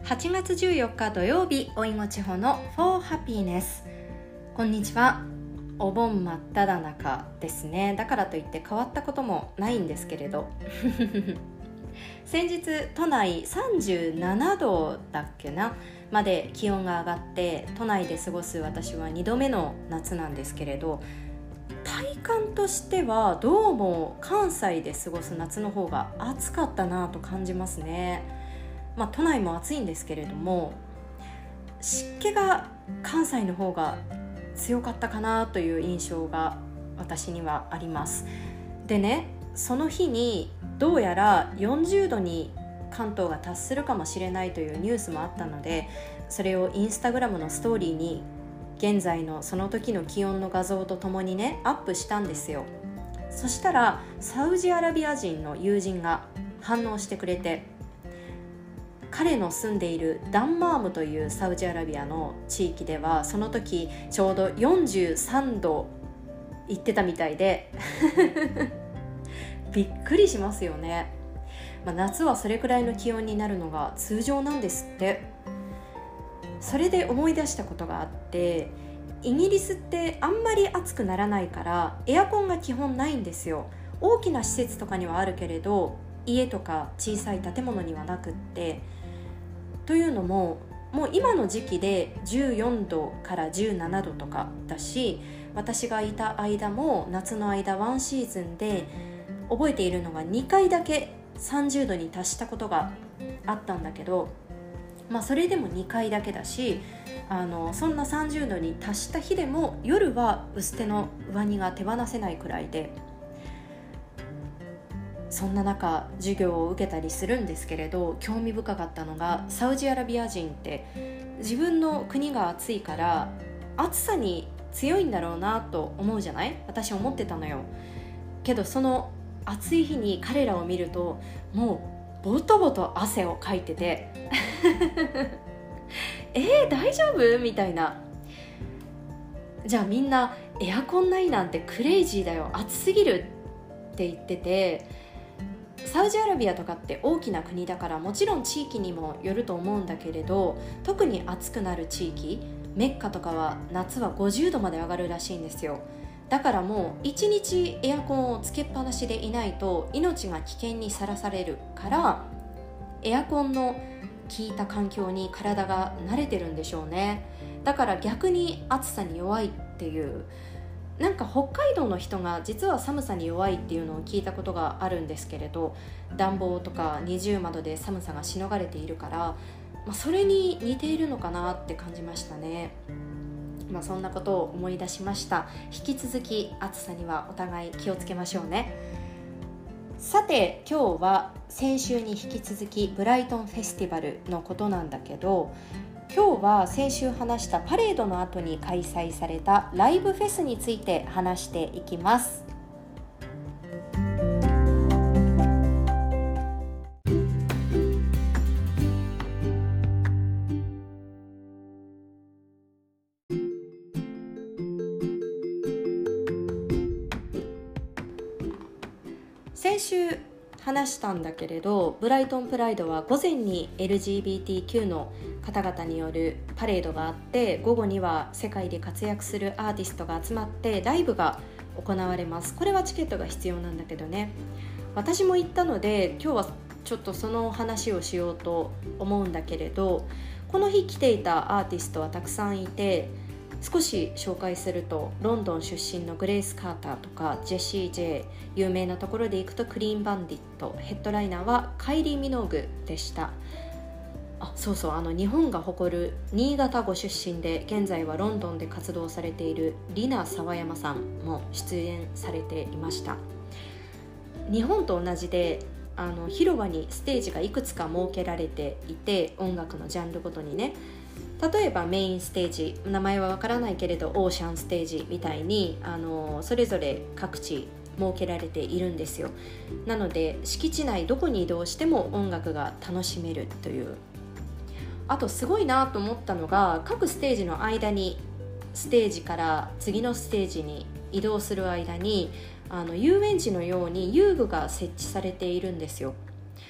8月14日土曜日、おいごちほの For Happiness。 こんにちは。お盆真っ只中ですね。だからといって変わったこともないんですけれど先日都内37度だっけなまで気温が上がって、都内で過ごす私は2度目の夏なんですけれど、体感としてはどうも関西で過ごす夏の方が暑かったなと感じますね。都内も暑いんですけれども、湿気が関西の方が強かったかなという印象が私にはあります。でね、その日にどうやら40度に関東が達するかもしれないというニュースもあったので、それをインスタグラムのストーリーに現在のその時の気温の画像とともにねアップしたんですよ。そしたらサウジアラビア人の友人が反応してくれて、彼の住んでいるダンマームというサウジアラビアの地域ではその時ちょうど43度行ってたみたいでびっくりしますよね。夏はそれくらいの気温になるのが通常なんですって。それで思い出したことがあって、イギリスってあんまり暑くならないからエアコンが基本ないんですよ。大きな施設とかにはあるけれど、家とか小さい建物にはなくって、というのももう今の時期で14度から17度とかだし、私がいた間も夏の間ワンシーズンで覚えているのが2回だけ30度に達したことがあったんだけど、それでも2回だけだし、そんな30度に達した日でも夜は薄手の上着が手放せないくらいで、そんな中授業を受けたりするんですけれど、興味深かったのがサウジアラビア人って自分の国が暑いから暑さに強いんだろうなと思うじゃない？私思ってたのよ。けどその暑い日に彼らを見るともうボトボト汗をかいてて大丈夫？みたいな。じゃあみんなエアコンないなんてクレイジーだよ、暑すぎるって言ってて、サウジアラビアとかって大きな国だからもちろん地域にもよると思うんだけれど、特に暑くなる地域、メッカとかは夏は50度まで上がるらしいんですよ。だからもう1日エアコンをつけっぱなしでいないと命が危険にさらされるから、エアコンの効いた環境に体が慣れてるんでしょうね。だから逆に暑さに弱いっていう、なんか北海道の人が実は寒さに弱いっていうのを聞いたことがあるんですけれど、暖房とか二重窓で寒さがしのがれているから、それに似ているのかなって感じましたね。そんなことを思い出しました。引き続き暑さにはお互い気をつけましょうね。さて今日は先週に引き続きブライトンフェスティバルのことなんだけど、今日は先週話したパレードの後に開催されたライブフェスについて話していきます。先週話したんだけれど、ブライトンプライドは午前に LGBTQ の方々によるパレードがあって、午後には世界で活躍するアーティストが集まってライブが行われます。これはチケットが必要なんだけどね。私も行ったので今日はちょっとその話をしようと思うんだけれど、この日来ていたアーティストはたくさんいて、少し紹介するとロンドン出身のグレイス・カーターとかジェシー・ジェイ、有名なところで行くとクリーン・バンディット、ヘッドライナーはカイリー・ミノーグでした。そうそう、日本が誇る新潟ご出身で現在はロンドンで活動されているリナ・沢山さんも出演されていました。日本と同じで広場にステージがいくつか設けられていて、音楽のジャンルごとにね、例えばメインステージ、名前はわからないけれどオーシャンステージみたいにそれぞれ各地設けられているんですよ。なので敷地内どこに移動しても音楽が楽しめるという。あとすごいなと思ったのが、各ステージの間にステージから次のステージに移動する間に遊園地のように遊具が設置されているんですよ。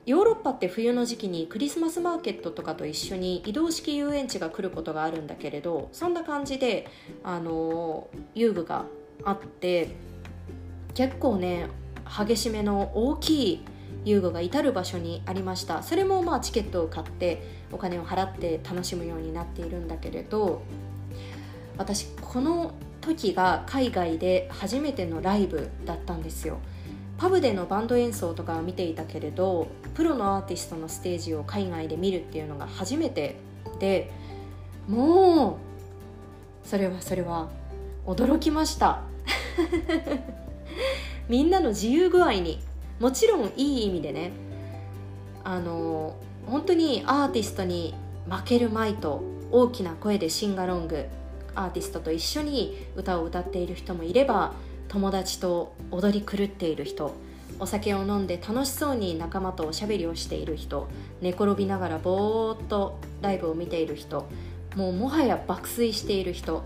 ヨーロッパって冬の時期にクリスマスマーケットとかと一緒に移動式遊園地が来ることがあるんだけれど、そんな感じで遊具があって、結構ね激しめの大きい遊具が至る場所にありました。それもまあチケットを買ってお金を払って楽しむようになっているんだけれど、私この時が海外で初めてのライブだったんですよ。パブでのバンド演奏とかは見ていたけれど、プロのアーティストのステージを海外で見るっていうのが初めてで、もうそれは驚きましたみんなの自由具合に、もちろんいい意味でね、本当にアーティストに負けるまいと大きな声でシンガロング、アーティストと一緒に歌を歌っている人もいれば、友達と踊り狂っている人、お酒を飲んで楽しそうに仲間とおしゃべりをしている人、寝転びながらぼーっとライブを見ている人、もはや爆睡している人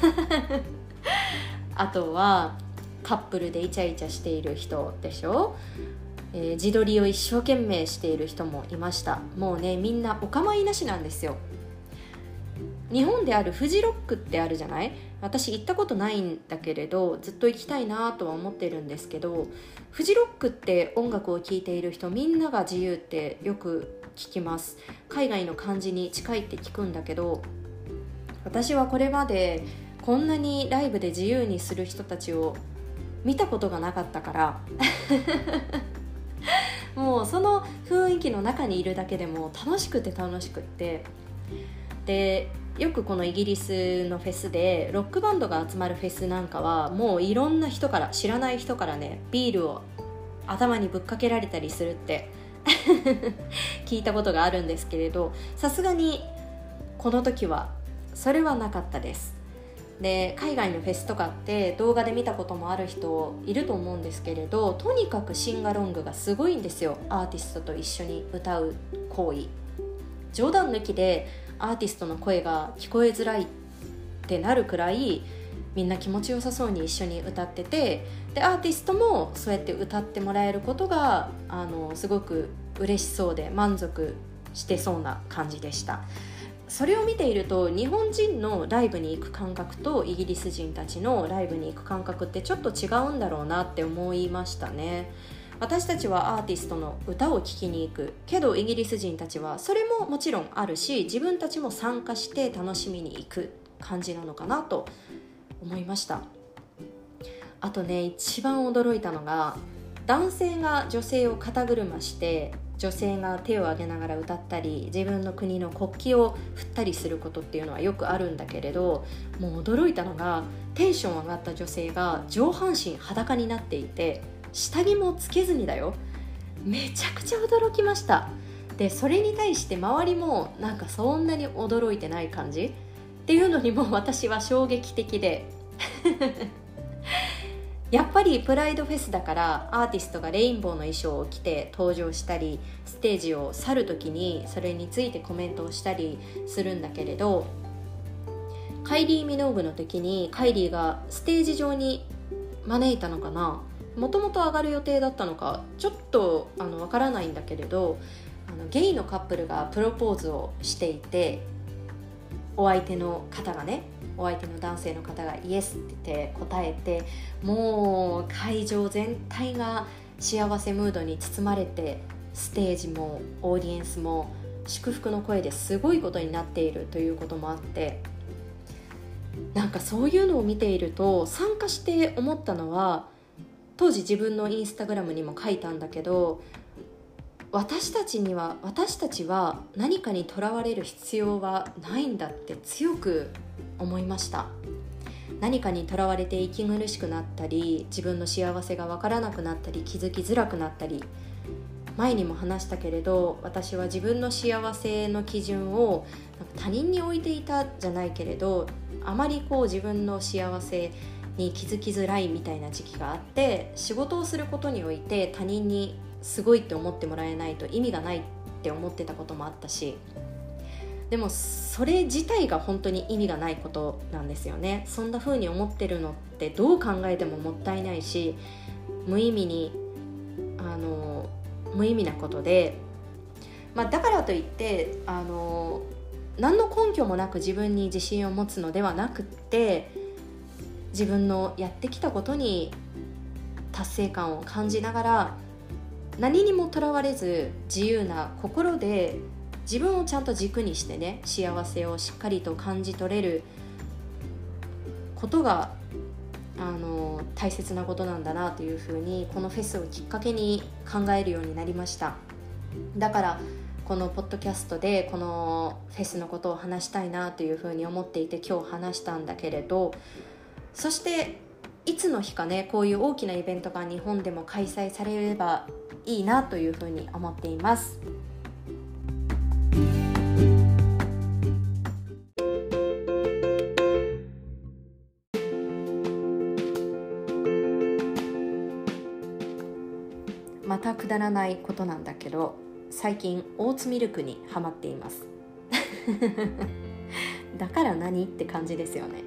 あとはカップルでイチャイチャしている人でしょ、自撮りを一生懸命している人もいました。もうね、みんなお構いなしなんですよ。日本であるフジロックってあるじゃない。私行ったことないんだけれど、ずっと行きたいなとは思ってるんですけど、フジロックって音楽を聴いている人みんなが自由ってよく聞きます。海外の感じに近いって聞くんだけど、私はこれまでこんなにライブで自由にする人たちを見たことがなかったからもうその雰囲気の中にいるだけでも楽しくて、でよくこのイギリスのフェスでロックバンドが集まるフェスなんかは、もういろんな人から、知らない人からね、ビールを頭にぶっかけられたりするって聞いたことがあるんですけれど、さすがにこの時はそれはなかったです。で、海外のフェスとかって動画で見たこともある人いると思うんですけれど、とにかくシンガロングがすごいんですよ。アーティストと一緒に歌う行為、冗談抜きでアーティストの声が聞こえづらいってなるくらい、みんな気持ちよさそうに一緒に歌ってて、でアーティストもそうやって歌ってもらえることがすごく嬉しそうで満足してそうな感じでした。それを見ていると、日本人のライブに行く感覚とイギリス人たちのライブに行く感覚ってちょっと違うんだろうなって思いましたね。私たちはアーティストの歌を聴きに行くけど、イギリス人たちはそれももちろんあるし、自分たちも参加して楽しみに行く感じなのかなと思いました。あとね、一番驚いたのが、男性が女性を肩車して、女性が手を挙げながら歌ったり、自分の国の国旗を振ったりすることっていうのはよくあるんだけれど、もう驚いたのが、テンション上がった女性が上半身裸になっていて、下着もつけずにだよ。めちゃくちゃ驚きました。でそれに対して周りもなんかそんなに驚いてない感じっていうのにも私は衝撃的でやっぱりプライドフェスだから、アーティストがレインボーの衣装を着て登場したり、ステージを去る時にそれについてコメントをしたりするんだけれど、カイリー・ミノーグの時にカイリーがステージ上に招いたのかな、もともと上がる予定だったのかちょっとわからないんだけれど、ゲイのカップルがプロポーズをしていて、お相手の男性の方がイエスって言って答えて、もう会場全体が幸せムードに包まれて、ステージもオーディエンスも祝福の声ですごいことになっているということもあって、なんかそういうのを見ていると参加して思ったのは、当時自分のインスタグラムにも書いたんだけど、私たちは何かにとらわれる必要はないんだって強く思いました。何かにとらわれて息苦しくなったり、自分の幸せが分からなくなったり、気づきづらくなったり、前にも話したけれど、私は自分の幸せの基準を他人に置いていたじゃないけれど、あまり自分の幸せに気づきづらいみたいな時期があって、仕事をすることにおいて他人にすごいって思ってもらえないと意味がないって思ってたこともあったし、でもそれ自体が本当に意味がないことなんですよね。そんな風に思ってるのってどう考えてももったいないし、無意味なことで、 だからといって何の根拠もなく自分に自信を持つのではなくって、自分のやってきたことに達成感を感じながら、何にもとらわれず自由な心で自分をちゃんと軸にしてね、幸せをしっかりと感じ取れることが大切なことなんだなというふうに、このフェスをきっかけに考えるようになりました。だからこのポッドキャストでこのフェスのことを話したいなというふうに思っていて、今日話したんだけれど、そしていつの日かね、こういう大きなイベントが日本でも開催されればいいなというふうに思っています。またくだらないことなんだけど、最近オーツミルクにハマっていますだから何って感じですよね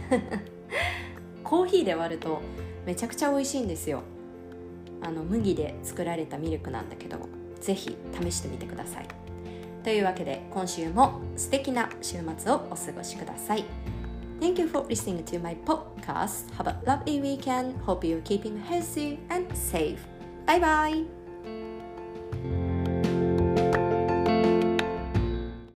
コーヒーで割るとめちゃくちゃ美味しいんですよ。麦で作られたミルクなんだけど、ぜひ試してみてください。というわけで今週も素敵な週末をお過ごしください。 Thank you for listening to my podcast. Have a lovely weekend. Hope you're keeping healthy and safe. Bye bye.